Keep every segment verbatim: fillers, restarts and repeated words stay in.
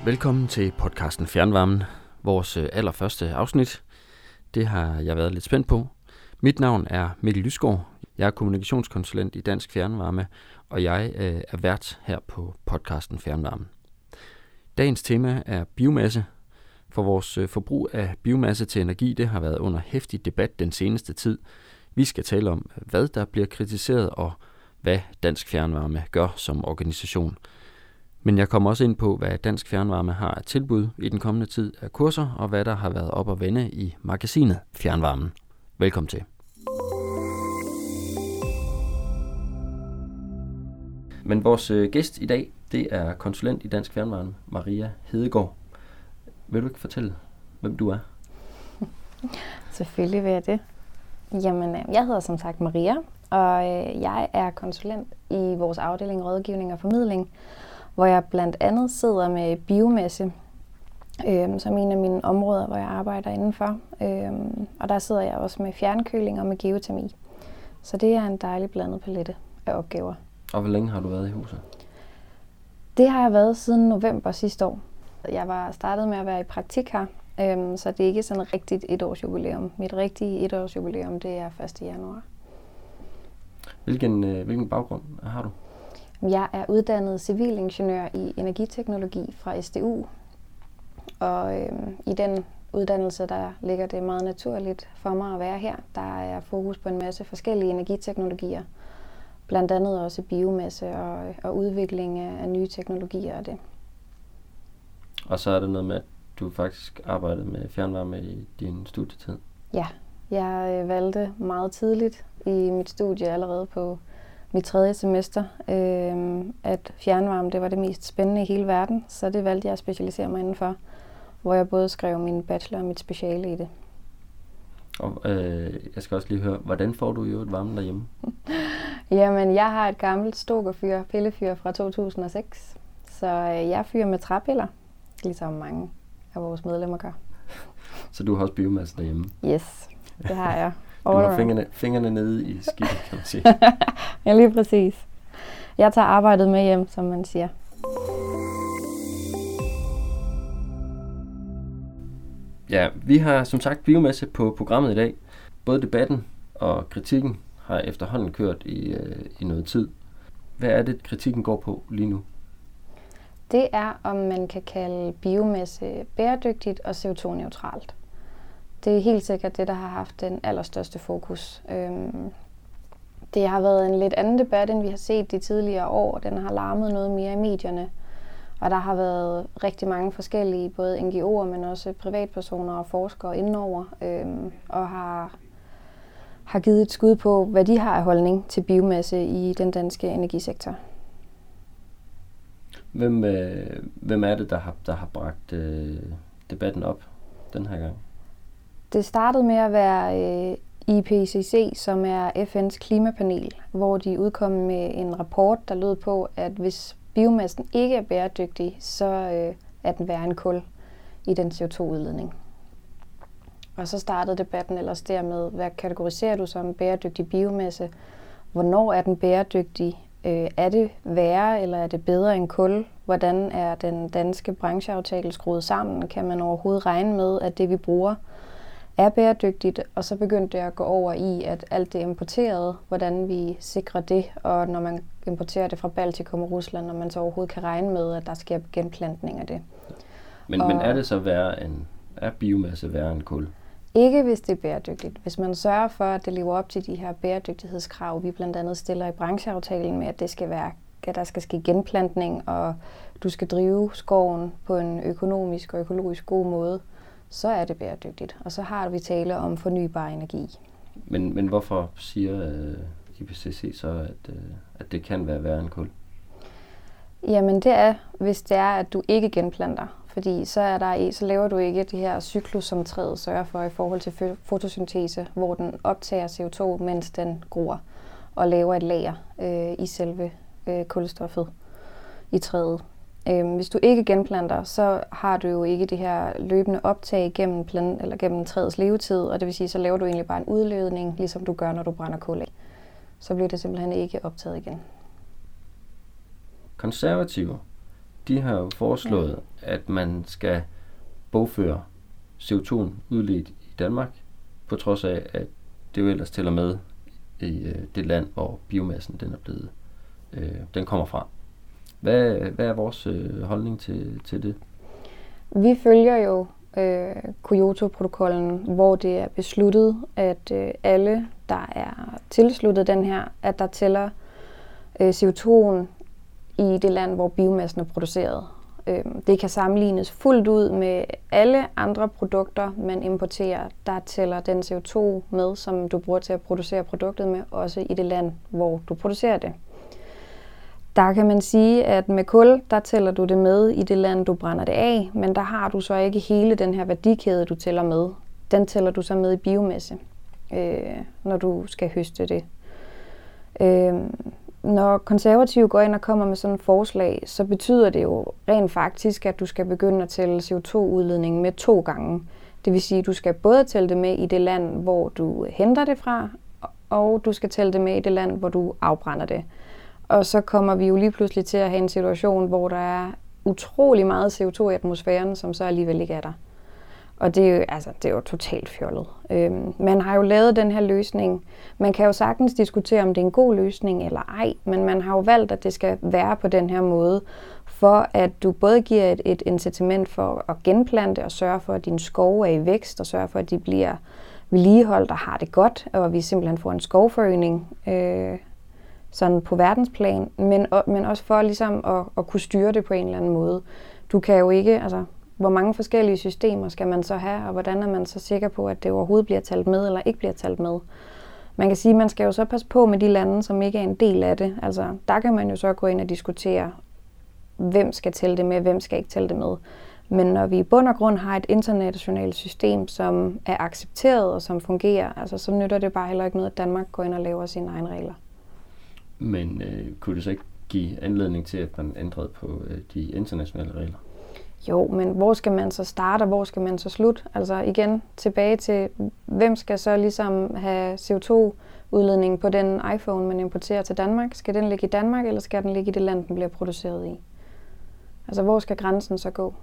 Velkommen til podcasten Fjernvarmen, vores allerførste afsnit. Det har jeg været lidt spændt på. Mit navn er Mikkel Lysgaard. Jeg er kommunikationskonsulent i Dansk Fjernvarme, og jeg øh, er vært her på podcasten Fjernvarmen. Dagens tema er biomasse. For vores øh, forbrug af biomasse til energi, det har været under heftig debat den seneste tid. Vi skal tale om, hvad der bliver kritiseret, og hvad Dansk Fjernvarme gør som organisation. Men jeg kommer også ind på, hvad Dansk Fjernvarme har af tilbud i den kommende tid af kurser, og hvad der har været op at vende i magasinet Fjernvarmen. Velkommen til. Men vores øh, gæst i dag, det er konsulent i Dansk Fjernvarme, Maria Hedegaard. Vil du ikke fortælle, hvem du er? Selvfølgelig vil jeg det. Jamen, jeg hedder som sagt Maria, og jeg er konsulent i vores afdeling Rådgivning og Formidling, hvor jeg blandt andet sidder med biomasse, øh, som en af mine områder, hvor jeg arbejder indenfor. Øh, og der sidder jeg også med fjernkøling og med geotermi. Så det er en dejlig blandet palette af opgaver. Og hvor længe har du været i huset? Det har jeg været siden november sidste år. Jeg var startet med at være i praktik her, øh, så det er ikke sådan rigtigt et års jubilæum. Mit rigtige et års jubilæum, det er første januar. Hvilken, øh, hvilken baggrund har du? Jeg er uddannet civilingeniør i energiteknologi fra S D U, og øh, i den uddannelse, der ligger det meget naturligt for mig at være her. Der er fokus på en masse forskellige energiteknologier, blandt andet også biomasse og, og udvikling af, af nye teknologier og det. Og så er der noget med, at du faktisk arbejdede med fjernvarme i din studietid? Ja, jeg øh, valgte meget tidligt i mit studie allerede på mit tredje semester, øh, at fjernvarme det var det mest spændende i hele verden, så det valgte jeg at specialisere mig indenfor, hvor jeg både skrev min bachelor og mit speciale i det. Og øh, jeg skal også lige høre, hvordan får du jo et varme derhjemme? Jamen, jeg har et gammelt stokerfyr, pillefyr fra to tusind og seks, så øh, jeg fyrer med træpiller, ligesom mange af vores medlemmer gør. Så du har også biomasse derhjemme? Yes, det har jeg. Du har fingrene, fingrene nede i skidtet, kan man sige. Ja, lige præcis. Jeg tager arbejdet med hjem, som man siger. Ja, vi har som sagt biomasse på programmet i dag. Både debatten og kritikken har efterhånden kørt i, øh, i noget tid. Hvad er det, kritikken går på lige nu? Det er, om man kan kalde biomasse bæredygtigt og C O to neutralt. Det er helt sikkert det, der har haft den allerstørste fokus. Øhm, det har været en lidt anden debat, end vi har set de tidligere år. Den har larmet noget mere i medierne. Og der har været rigtig mange forskellige, både N G O'er, men også privatpersoner og forskere indenover, øhm, og har, har givet et skud på, hvad de har af holdning til biomasse i den danske energisektor. Hvem, øh, hvem er det, der har, der har bragt øh, debatten op den her gang? Det startede med at være øh, I P C C, som er F N's klimapanel, hvor de udkom med en rapport, der lød på, at hvis biomassen ikke er bæredygtig, så øh, er den værre end kul i den C O to udledning. Og så startede debatten ellers dermed, hvad kategoriserer du som bæredygtig biomasse? Hvornår er den bæredygtig? Øh, er det værre, eller er det bedre end kul? Hvordan er den danske brancheaftale skruet sammen? Kan man overhovedet regne med, at det vi bruger er bæredygtigt? Og så begyndte det at gå over i, at alt det importerede, hvordan vi sikrer det, og når man importerer det fra Baltikum og Rusland, når man så overhovedet kan regne med, at der sker genplantning af det. Men, men er det så værre end, er biomasse værre end kul? Ikke hvis det er bæredygtigt. Hvis man sørger for, at det lever op til de her bæredygtighedskrav, vi blandt andet stiller i brancheaftalen med, at det skal være, at der skal ske genplantning, og du skal drive skoven på en økonomisk og økologisk god måde, så er det bæredygtigt. Og så har vi tale om fornybar energi. Men, men hvorfor siger øh, I P C C så, at, øh, at det kan være værre end kul? Jamen det er, hvis det er, at du ikke genplanter. Fordi så, er der, så laver du ikke det her cyklus, som træet sørger for i forhold til fotosyntese, hvor den optager C O to, mens den gror, og laver et lager øh, i selve øh, kulstoffet i træet. Øh, hvis du ikke genplanter, så har du jo ikke det her løbende optag gennem, plan, eller gennem træets levetid, og det vil sige, så laver du egentlig bare en udledning, ligesom du gør, når du brænder kul af. Så bliver det simpelthen ikke optaget igen. Konservative, de har jo foreslået, ja. at man skal bogføre C O to udledt i Danmark, på trods af, at det jo ellers tæller med i øh, det land, hvor biomassen den er blevet, øh, den kommer fra. Hvad, hvad er vores øh, holdning til, til det? Vi følger jo øh, Kyoto-protokollen, hvor det er besluttet, at øh, alle, der er tilsluttet den her, at der tæller øh, C O to i det land, hvor biomassen er produceret. Øh, det kan sammenlignes fuldt ud med alle andre produkter, man importerer, der tæller den C O to med, som du bruger til at producere produktet med, også i det land, hvor du producerer det. Der kan man sige, at med kul, der tæller du det med i det land, du brænder det af, men der har du så ikke hele den her værdikæde, du tæller med. Den tæller du så med i biomasse, øh, når du skal høste det. Øh, når konservative går ind og kommer med sådan et forslag, så betyder det jo rent faktisk, at du skal begynde at tælle C O to udledningen med to gange. Det vil sige, at du skal både tælle det med i det land, hvor du henter det fra, og du skal tælle det med i det land, hvor du afbrænder det. Og så kommer vi jo lige pludselig til at have en situation, hvor der er utrolig meget C O to i atmosfæren, som så alligevel ikke er der. Og det er jo, altså, det er jo totalt fjollet. Øhm, man har jo lavet den her løsning. Man kan jo sagtens diskutere, om det er en god løsning eller ej, men man har jo valgt, at det skal være på den her måde, for at du både giver et, et incitament for at genplante og sørge for, at dine skove er i vækst, og sørge for, at de bliver vedligeholdt og har det godt, og vi simpelthen får en skovforøgning, øh, sådan på verdensplan, men, men også for ligesom at, at kunne styre det på en eller anden måde. Du kan jo ikke, altså, hvor mange forskellige systemer skal man så have, og hvordan er man så sikker på, at det overhovedet bliver talt med, eller ikke bliver talt med. Man kan sige, at man skal jo så passe på med de lande, som ikke er en del af det. Altså, der kan man jo så gå ind og diskutere, hvem skal tælle det med, hvem skal ikke tælle det med. Men når vi i bund og grund har et internationalt system, som er accepteret og som fungerer, altså, så nytter det bare heller ikke noget, at Danmark går ind og laver sine egne regler. Men øh, kunne det så ikke give anledning til, at man ændrede på øh, de internationale regler? Jo, men hvor skal man så starte, og hvor skal man så slutte? Altså igen, tilbage til, hvem skal så ligesom have C O to udledningen på den iPhone, man importerer til Danmark? Skal den ligge i Danmark, eller skal den ligge i det land, den bliver produceret i? Altså, hvor skal grænsen så gå?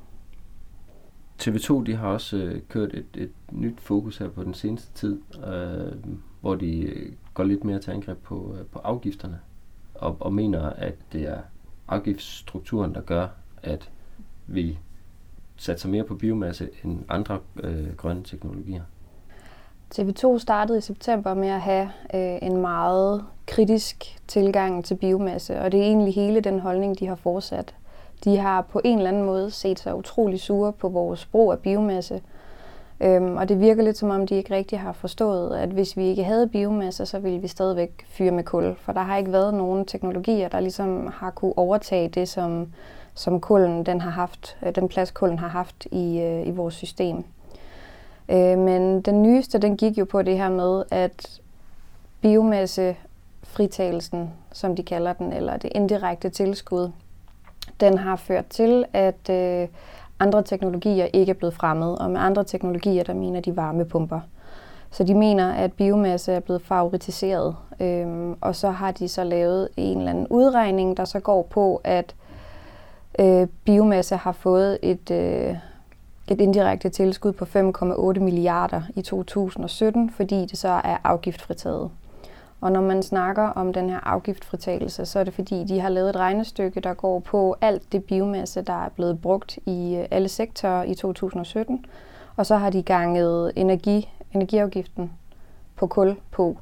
T V to de har også øh, kørt et, et nyt fokus her på den seneste tid, øh, hvor de går lidt mere til angreb på, øh, på afgifterne, og, og mener, at det er afgiftsstrukturen, der gør, at vi satser mere på biomasse end andre øh, grønne teknologier. T V to startede i september med at have øh, en meget kritisk tilgang til biomasse, og det er egentlig hele den holdning, de har fortsat. De har på en eller anden måde set sig utrolig sure på vores brug af biomasse, øhm, og det virker lidt som om, de ikke rigtig har forstået, at hvis vi ikke havde biomasse, så ville vi stadigvæk fyre med kul, for der har ikke været nogen teknologier, der ligesom har kunne overtage det, som, som kulden, den har haft, den plads kulden har haft i, øh, i vores system. Øh, men den nyeste, den gik jo på det her med, at biomassefritagelsen, som de kalder den, eller det indirekte tilskud, den har ført til, at øh, andre teknologier ikke er blevet fremmet, og med andre teknologier, der mener de varmepumper. Så de mener, at biomasse er blevet favoritiseret, øhm, og så har de så lavet en eller anden udregning, der så går på, at øh, biomasse har fået et, øh, et indirekte tilskud på fem komma otte milliarder i to tusind og sytten, fordi det så er afgiftfritaget. Og når man snakker om den her afgiftfritagelse, så er det fordi, de har lavet et regnestykke, der går på alt det biomasse, der er blevet brugt i alle sektorer i to tusind og sytten. Og så har de ganget energi, energiafgiften på kul på.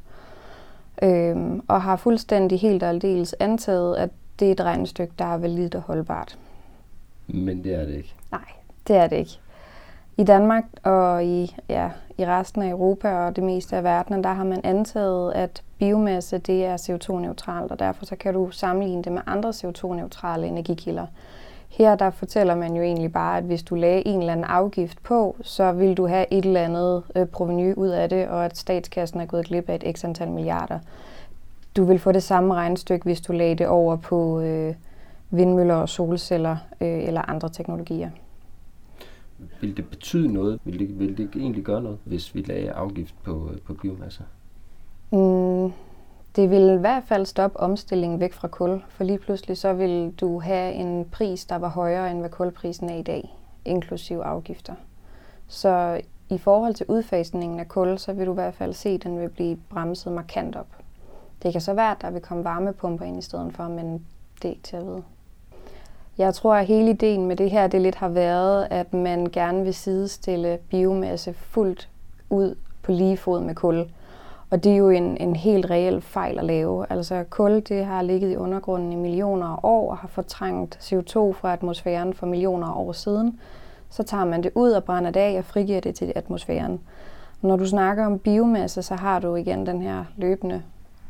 Øhm, og har fuldstændig helt og aldeles antaget, at det er et regnestykke, der er validt og holdbart. Men det er det ikke? Nej, det er det ikke. I Danmark og i, ja, i resten af Europa og det meste af verden, der har man antaget, at biomasse det er C O to neutralt, og derfor så kan du sammenligne det med andre C O to neutrale energikilder. Her der fortæller man jo egentlig bare, at hvis du lagde en eller anden afgift på, så vil du have et eller andet øh, provenu ud af det, og at statskassen er gået glip af et x antal milliarder. Du vil få det samme regnestykke, hvis du lagde det over på øh, vindmøller og solceller øh, eller andre teknologier. Vil det betyde noget? Vil det, vil det egentlig gøre noget, hvis vi lagde afgift på, på biomasse? Mm, Det vil i hvert fald stoppe omstillingen væk fra kul, for lige pludselig så vil du have en pris, der var højere end hvad kulprisen er i dag, inklusive afgifter. Så i forhold til udfasningen af kul, så vil du i hvert fald se, at den vil blive bremset markant op. Det kan så være, at der vil komme varmepumper ind i stedet for, men det er ikke til at vide. Jeg tror, at hele ideen med det her, det lidt har været, at man gerne vil sidestille biomasse fuldt ud på lige fod med kul. Og det er jo en, en helt reel fejl at lave. Altså kul, det har ligget i undergrunden i millioner af år og har fortrængt C O to fra atmosfæren for millioner af år siden. Så tager man det ud og brænder det af og frigiver det til atmosfæren. Når du snakker om biomasse, så har du igen den her løbende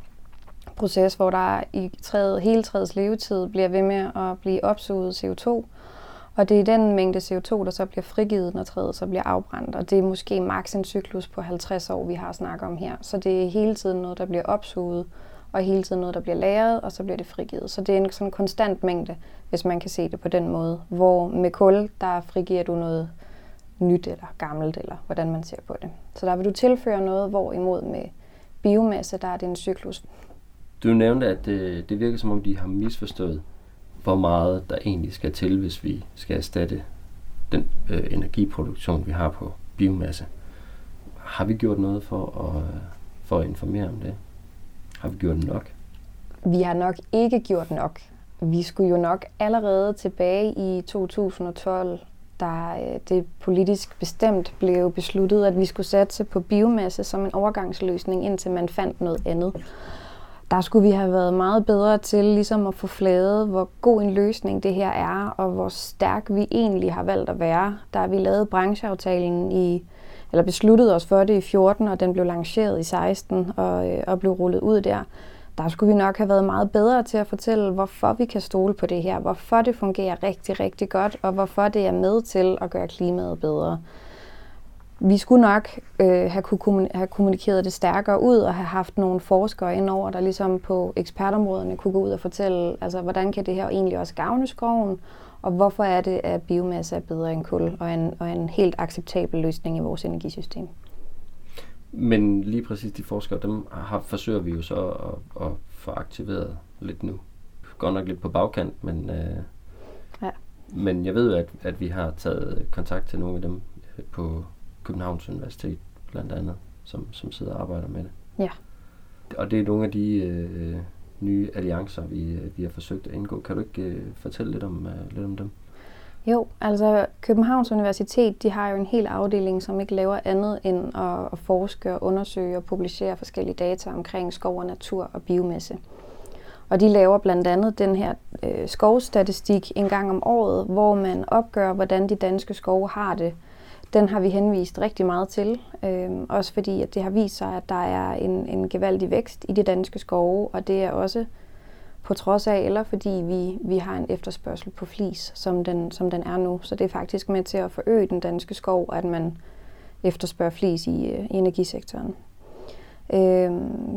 proces, hvor der i træet, hele træets levetid bliver ved med at blive opsuget C O to. Og det er den mængde C O to, der så bliver frigivet, når træet så bliver afbrændt. Og det er måske maks en cyklus på halvtreds år, vi har snakket om her. Så det er hele tiden noget, der bliver opsuget, og hele tiden noget, der bliver lagret, og så bliver det frigivet. Så det er en sådan konstant mængde, hvis man kan se det på den måde. Hvor med kul, der frigiver du noget nyt eller gammelt, eller hvordan man ser på det. Så der vil du tilføre noget, hvorimod med biomasse, der er det en cyklus. Du nævnte, at det, det virker som om, de har misforstået, hvor meget der egentlig skal til, hvis vi skal erstatte den øh, energiproduktion, vi har på biomasse. Har vi gjort noget for at, for at informere om det? Har vi gjort nok? Vi har nok ikke gjort nok. Vi skulle jo nok allerede tilbage i to tusind og tolv, da det politisk bestemt blev besluttet, at vi skulle satse på biomasse som en overgangsløsning, indtil man fandt noget andet. Der skulle vi have været meget bedre til ligesom at få flaget, hvor god en løsning det her er, og hvor stærk vi egentlig har valgt at være. Der vi lavede brancheaftalen i, eller besluttede os for det i fjorten, og den blev lanceret i seksten og, og blev rullet ud der. Der skulle vi nok have været meget bedre til at fortælle, hvorfor vi kan stole på det her, hvorfor det fungerer rigtig, rigtig godt, og hvorfor det er med til at gøre klimaet bedre. Vi skulle nok øh, have, kunne have kommunikeret det stærkere ud og have haft nogle forskere indover, der ligesom på ekspertområderne kunne gå ud og fortælle, altså hvordan kan det her egentlig også gavne skoven, og hvorfor er det, at biomasse er bedre end kul og en, og en helt acceptabel løsning i vores energisystem. Men lige præcis de forskere, dem har, forsøger vi jo så at, at få aktiveret lidt nu. Godt nok lidt på bagkant, men, øh, ja. men jeg ved jo, at, at vi har taget kontakt til nogle af dem på Københavns Universitet blandt andet, som, som sidder og arbejder med det. Ja. Og det er nogle af de øh, nye alliancer, vi, vi har forsøgt at indgå. Kan du ikke øh, fortælle lidt om, øh, lidt om dem? Jo, altså Københavns Universitet, de har jo en hel afdeling, som ikke laver andet end at, at forske og undersøge og publicere forskellige data omkring skov og natur og biomasse. Og de laver blandt andet den her øh, skovstatistik en gang om året, hvor man opgør, hvordan de danske skove har det. Den har vi henvist rigtig meget til, øh, også fordi at det har vist sig, at der er en, en gevaldig vækst i de danske skove, og det er også på trods af, eller fordi vi, vi har en efterspørgsel på flis, som den, som den er nu. Så det er faktisk med til at forøge den danske skov, at man efterspørger flis i, i energisektoren. Øh,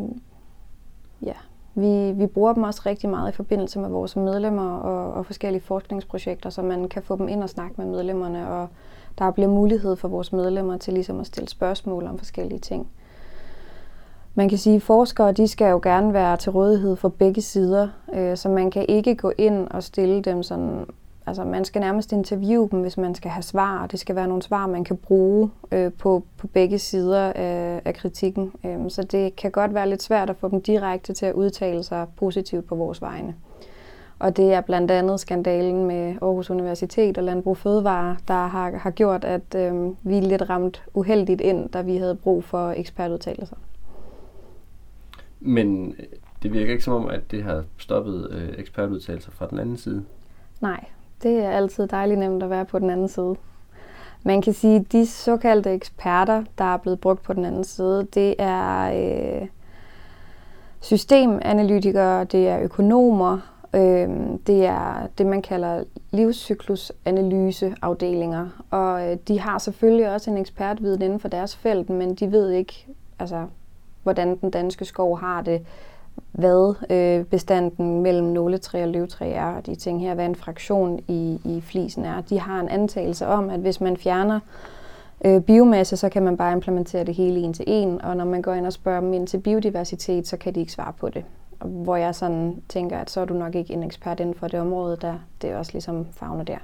ja. Vi, vi bruger dem også rigtig meget i forbindelse med vores medlemmer og, og forskellige forskningsprojekter, så man kan få dem ind og snakke med medlemmerne, og der bliver mulighed for vores medlemmer til ligesom at stille spørgsmål om forskellige ting. Man kan sige, at forskere de skal jo gerne være til rådighed for begge sider, øh, så man kan ikke gå ind og stille dem sådan, altså man skal nærmest interviewe dem, hvis man skal have svar, og det skal være nogle svar, man kan bruge øh, på, på begge sider af, af kritikken. Øh, så det kan godt være lidt svært at få dem direkte til at udtale sig positivt på vores vegne. Og det er blandt andet skandalen med Aarhus Universitet og Landbrug Fødevare, der har, har gjort, at øh, vi er lidt ramt uheldigt ind, da vi havde brug for ekspertudtalelser. Men det virker ikke som om, at det har stoppet øh, ekspertudtalelser fra den anden side? Nej, det er altid dejligt nemt at være på den anden side. Man kan sige, at de såkaldte eksperter, der er blevet brugt på den anden side, det er øh, systemanalytikere, det er økonomer, øh, det er det, man kalder livscyklusanalyseafdelinger. Og øh, de har selvfølgelig også en ekspertviden inden for deres felt, men de ved ikke, altså, hvordan den danske skov har det, hvad øh, bestanden mellem nåletræ og løvtræ er, og de ting her, hvad en fraktion i, i flisen er. De har en antagelse om, at hvis man fjerner øh, biomasse, så kan man bare implementere det hele en til en, og når man går ind og spørger dem ind til biodiversitet, så kan de ikke svare på det. Og hvor jeg sådan tænker, at så er du nok ikke en ekspert inden for det område, der det er også ligesom favner der.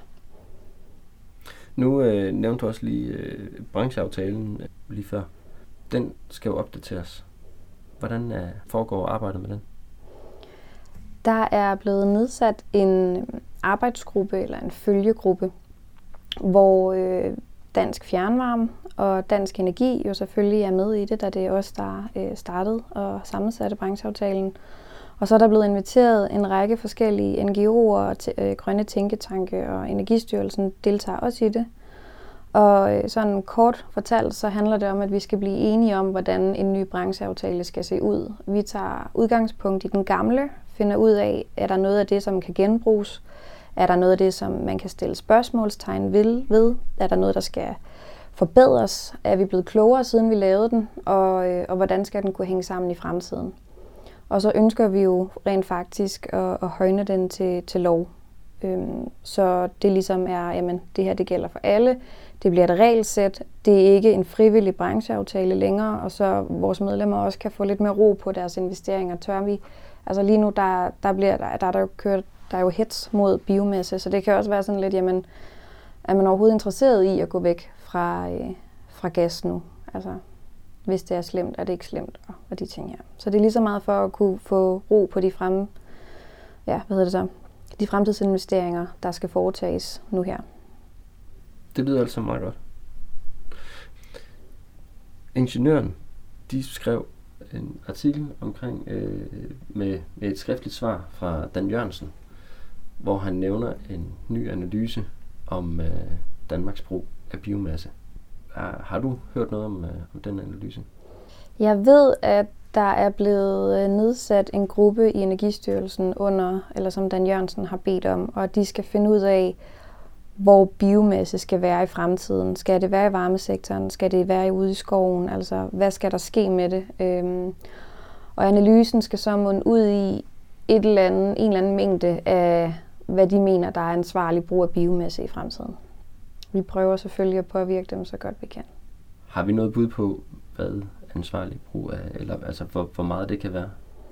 Nu øh, nævnte du også lige øh, brancheaftalen øh, lige før. Den skal jo opdateres. Hvordan øh, foregår arbejdet med den? Der er blevet nedsat en arbejdsgruppe eller en følgegruppe, hvor øh, Dansk Fjernvarme og Dansk Energi jo selvfølgelig er med i det, da det er os, der øh, startede og sammensatte brancheaftalen. Og så er der blevet inviteret en række forskellige N G O'er, t- øh, grønne tænketanke og Energistyrelsen deltager også i det. Og øh, sådan kort fortalt, så handler det om, at vi skal blive enige om, hvordan en ny brancheaftale skal se ud. Vi tager udgangspunkt i den gamle, finder ud af, er der noget af det, som kan genbruges? Er der noget af det, som man kan stille spørgsmålstegn ved? Er der noget, der skal forbedres? Er vi blevet klogere, siden vi lavede den? Og, øh, og hvordan skal den kunne hænge sammen i fremtiden? Og så ønsker vi jo rent faktisk at, at højne den til, til lov. Øhm, så det ligesom er, jamen det her det gælder for alle. Det bliver et regelsæt. Det er ikke en frivillig brancheaftale længere, og så vores medlemmer også kan få lidt mere ro på deres investeringer. Tør vi? Altså lige nu, der, der, bliver, der, der, er der, jo kørt, der er jo hets mod biomasse, så det kan også være sådan lidt, jamen, er man overhovedet interesseret i at gå væk fra, øh, fra gas nu? Altså, hvis det er slemt, er det ikke slemt, og, og de ting her. Så det er lige så meget for at kunne få ro på de frem, ja, hvad hedder det så? De fremtidsinvesteringer, der skal foretages nu her. Det lyder altså meget godt. Ingeniøren, de skrev en artikel omkring øh, med, med et skriftligt svar fra Dan Jørgensen, hvor han nævner en ny analyse om øh, Danmarks brug af biomasse. Har, har du hørt noget om, øh, om den analyse? Jeg ved, at der er blevet nedsat en gruppe i Energistyrelsen under, eller som Dan Jørgensen har bedt om, og de skal finde ud af, hvor biomasse skal være i fremtiden. Skal det være i varmesektoren? Skal det være ude i skoven? Altså, hvad skal der ske med det? Øhm, og analysen skal så munde ud i et eller andet, en eller anden mængde af, hvad de mener, der er ansvarlig brug af biomasse i fremtiden. Vi prøver selvfølgelig at påvirke dem så godt vi kan. Har vi noget bud på, hvad ansvarlig brug af, eller altså hvor, hvor meget det kan være?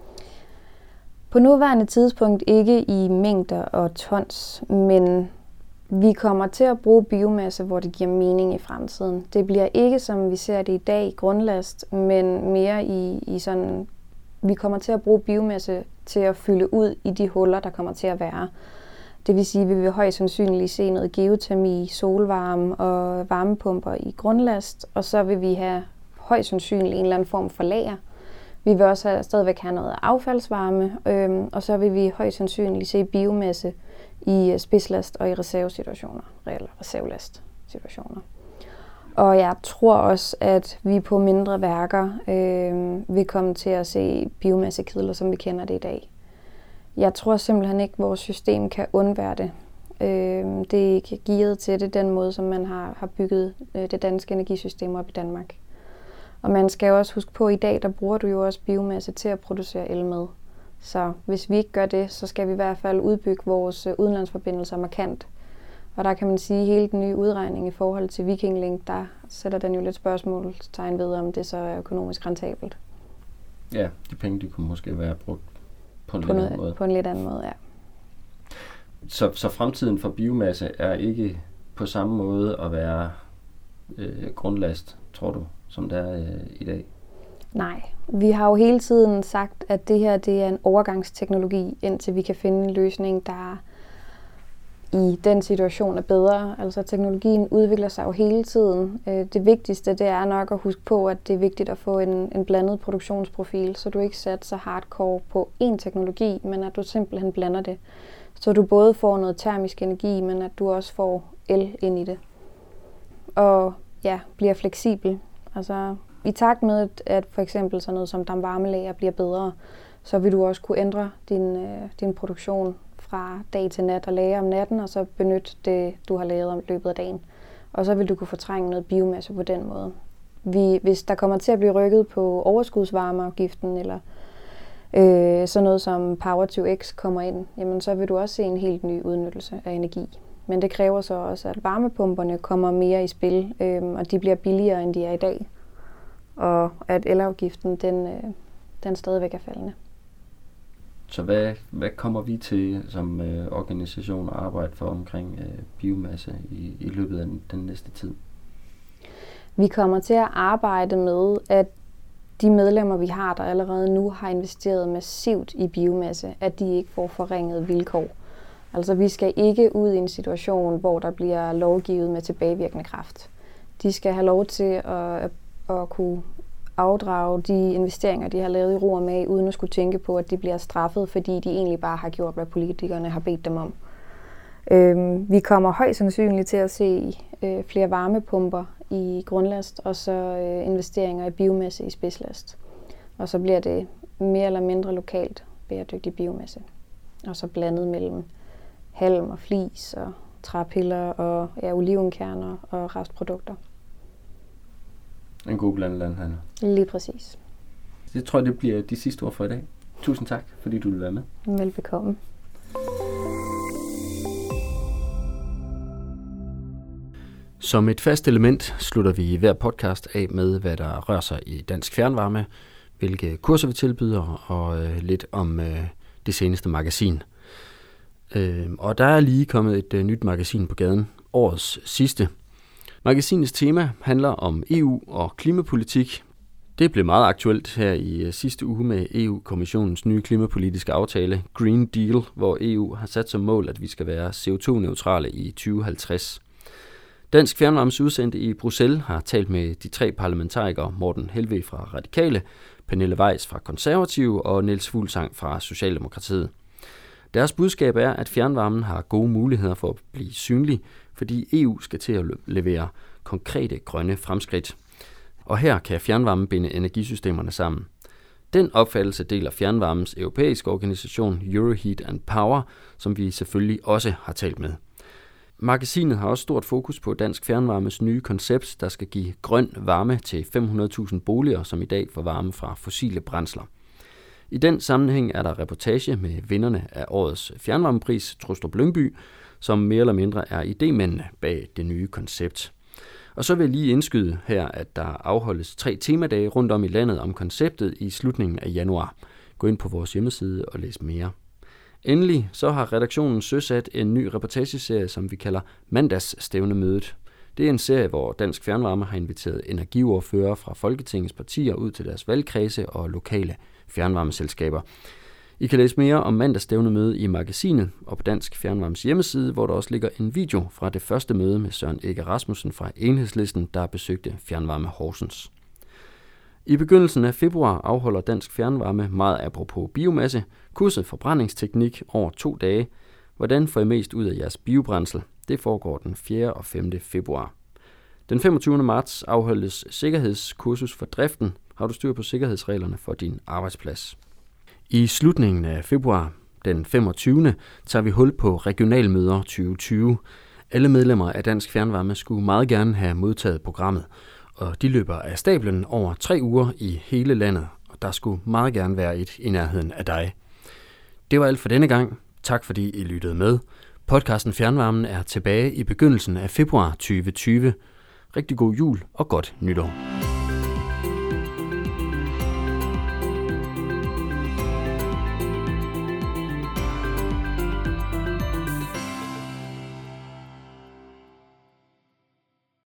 På nuværende tidspunkt ikke i mængder og tons, men vi kommer til at bruge biomasse, hvor det giver mening i fremtiden. Det bliver ikke, som vi ser det i dag, grundlast, men mere i, i sådan, vi kommer til at bruge biomasse til at fylde ud i de huller, der kommer til at være. Det vil sige, at vi vil højst sandsynligt se noget geotermi, solvarme og varmepumper i grundlast, og så vil vi have højst sandsynligt en eller anden form for lager. Vi vil også have, stadigvæk have noget affaldsvarme, øhm, og så vil vi højst sandsynligt se biomasse i spidslast og i reservesituationer, eller reservelastsituationer. Og jeg tror også, at vi på mindre værker øh, vil komme til at se biomassekedler, som vi kender det i dag. Jeg tror simpelthen ikke, at vores system kan undvære det. Øh, det er ikke gearet til det, den måde, som man har, har bygget øh, det danske energisystem op i Danmark. Og man skal jo også huske på, at i dag der bruger du jo også biomasse til at producere el med. Så hvis vi ikke gør det, så skal vi i hvert fald udbygge vores udenlandsforbindelser markant. Og der kan man sige, at hele den nye udregning i forhold til Viking Link, der sætter den jo lidt spørgsmålstegn ved, om det så er økonomisk rentabelt. Ja, de penge, de kunne måske være brugt på en på lidt noget, anden måde. På en lidt anden måde, ja. Så, så fremtiden for biomasse er ikke på samme måde at være øh, grundlast, tror du, som det er øh, i dag? Nej, vi har jo hele tiden sagt, at det her det er en overgangsteknologi, indtil vi kan finde en løsning, der i den situation er bedre. Altså teknologien udvikler sig jo hele tiden. Det vigtigste det er nok at huske på, at det er vigtigt at få en, en blandet produktionsprofil, så du ikke sætter så hardcore på én teknologi, men at du simpelthen blander det. Så du både får noget termisk energi, men at du også får el ind i det. Og ja, bliver fleksibel. Altså i takt med, at, at for eksempel sådan noget som dampvarmelager bliver bedre, så vil du også kunne ændre din, øh, din produktion fra dag til nat og lagre om natten, og så benytte det, du har lavet om løbet af dagen. Og så vil du kunne fortrænge noget biomasse på den måde. Vi, hvis der kommer til at blive rykket på overskudsvarmeafgiften, eller øh, sådan noget som Power to X kommer ind, jamen så vil du også se en helt ny udnyttelse af energi. Men det kræver så også, at varmepumperne kommer mere i spil, øh, og de bliver billigere, end de er i dag. Og at elafgiften, den, øh, den stadigvæk er faldende. Så hvad, hvad kommer vi til som øh, organisation at arbejde for omkring øh, biomasse i, i løbet af den, den næste tid? Vi kommer til at arbejde med, at de medlemmer, vi har, der allerede nu har investeret massivt i biomasse, at de ikke får forringet vilkår. Altså vi skal ikke ud i en situation, hvor der bliver lovgivet med tilbagevirkende kraft. De skal have lov til at, at kunne afdrage de investeringer, de har lavet i ro og mag, uden at skulle tænke på, at de bliver straffet, fordi de egentlig bare har gjort, hvad politikerne har bedt dem om. Øhm, vi kommer højst sandsynligt til at se øh, flere varmepumper i grundlast, og så øh, investeringer i biomasse i spidslast. Og så bliver det mere eller mindre lokalt bæredygtig biomasse. Og så blandet mellem halm og flis og træpiller og ja, olivenkerner og restprodukter. En god blandet landhandel. Lige præcis. Det tror jeg, det bliver de sidste ord for i dag. Tusind tak, fordi du vil være med. Velbekomme. Som et fast element slutter vi i hver podcast af med, hvad der rører sig i Dansk Fjernvarme, hvilke kurser vi tilbyder, og øh, lidt om øh, det seneste magasin. Øh, og der er lige kommet et øh, nyt magasin på gaden, årets sidste. Magasinets tema handler om E U og klimapolitik. Det blev meget aktuelt her i øh, sidste uge med E U-kommissionens nye klimapolitiske aftale, Green Deal, hvor E U har sat som mål, at vi skal være C O to neutrale i tyve halvtreds. Dansk Fjernvarmes udsendte i Bruxelles har talt med de tre parlamentarikere Morten Helveg fra Radikale, Pernille Weiss fra Konservative og Niels Fuglsang fra Socialdemokratiet. Deres budskab er, at fjernvarmen har gode muligheder for at blive synlig, fordi E U skal til at levere konkrete grønne fremskridt. Og her kan fjernvarmen binde energisystemerne sammen. Den opfattelse deler fjernvarmens europæiske organisation Euroheat and Power, som vi selvfølgelig også har talt med. Magasinet har også stort fokus på Dansk Fjernvarmes nye koncept, der skal give grøn varme til fem hundrede tusind boliger, som i dag får varme fra fossile brændsler. I den sammenhæng er der reportage med vinderne af årets fjernvarmepris, Trustrup Lyngby, som mere eller mindre er idémændene bag det nye koncept. Og så vil jeg lige indskyde her, at der afholdes tre temadage rundt om i landet om konceptet i slutningen af januar. Gå ind på vores hjemmeside og læs mere. Endelig så har redaktionen søsat en ny reportageserie, som vi kalder Mandagsstævnemødet. Det er en serie, hvor Dansk Fjernvarme har inviteret energiordførere fra Folketingets partier ud til deres valgkredse og lokale fjernvarmeselskaber. I kan læse mere om Mandagsstævnemødet i magasinet og på Dansk Fjernvarmes hjemmeside, hvor der også ligger en video fra det første møde med Søren Egge Rasmussen fra Enhedslisten, der besøgte Fjernvarme Horsens. I begyndelsen af februar afholder Dansk Fjernvarme meget apropos biomasse, kurset forbrændingsteknik over to dage. Hvordan får I mest ud af jeres biobrændsel? Det foregår den fjerde og femte februar. Den femogtyvende marts afholdes sikkerhedskursus for driften. Har du styr på sikkerhedsreglerne for din arbejdsplads? I slutningen af februar, den femogtyvende tager vi hul på regionalmøder tyve tyve. Alle medlemmer af Dansk Fjernvarme skulle meget gerne have modtaget programmet, og de løber af stablen over tre uger i hele landet, og der skulle meget gerne være et i nærheden af dig. Det var alt for denne gang. Tak fordi I lyttede med. Podcasten Fjernvarmen er tilbage i begyndelsen af februar tyve tyve. Rigtig god jul og godt nytår.